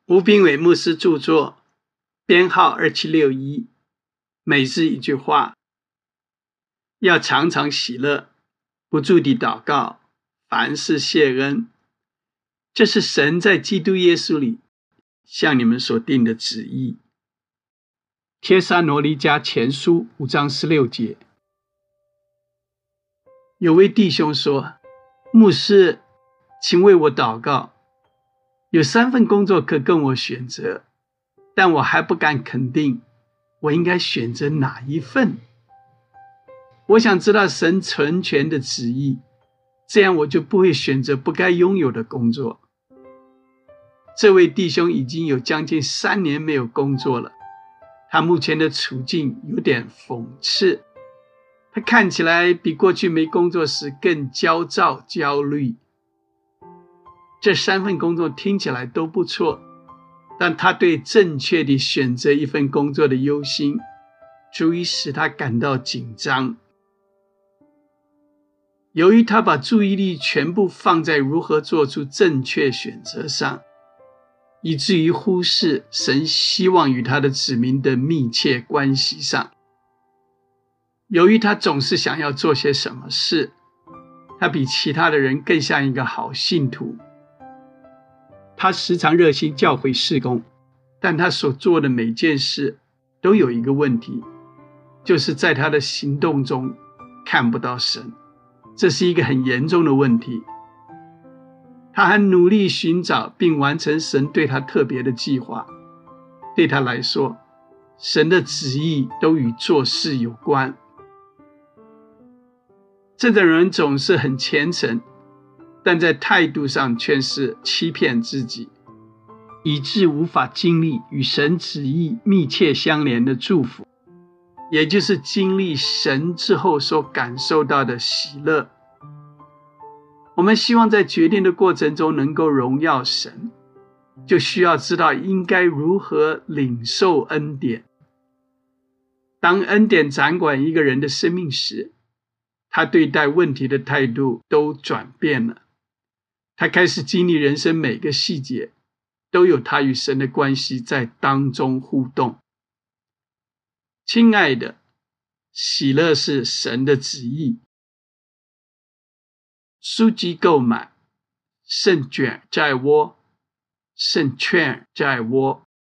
吴炳伟牧师著作，编号2761，每日一句话：要常常喜乐，不住地祷告，凡事谢恩。这是神在基督耶稣里向你们所定的旨意。帖撒罗尼迦前书5章16节。有位弟兄说，牧师，请为我祷告，有3份工作可供我选择，但我还不敢肯定我应该选择哪一份。我想知道神全权的旨意，这样我就不会选择不该拥有的工作。这位弟兄已经有将近3年没有工作了，他目前的处境有点讽刺，他看起来比过去没工作时更焦躁焦虑。这3份工作听起来都不错，但他对正确地选择一份工作的忧心，足以使他感到紧张。由于他把注意力全部放在如何做出正确选择上，以至于忽视神希望与他的子民的密切关系上。由于他总是想要做些什么事，他比其他的人更像一个好信徒。他时常热心教会事工，但他所做的每件事都有一个问题，就是在他的行动中看不到神。这是一个很严重的问题。他很努力寻找并完成神对他特别的计划。对他来说，神的旨意都与做事有关。这种人总是很虔诚，但在态度上却是欺骗自己，以致无法经历与神旨意密切相连的祝福，也就是经历神之后所感受到的喜乐。我们希望在决定的过程中能够荣耀神，就需要知道应该如何领受恩典。当恩典掌管一个人的生命时，他对待问题的态度都转变了。他开始经历人生每个细节，都有他与神的关系在当中互动。亲爱的，喜乐是神的旨意。书籍购买，胜券在握，胜券在握。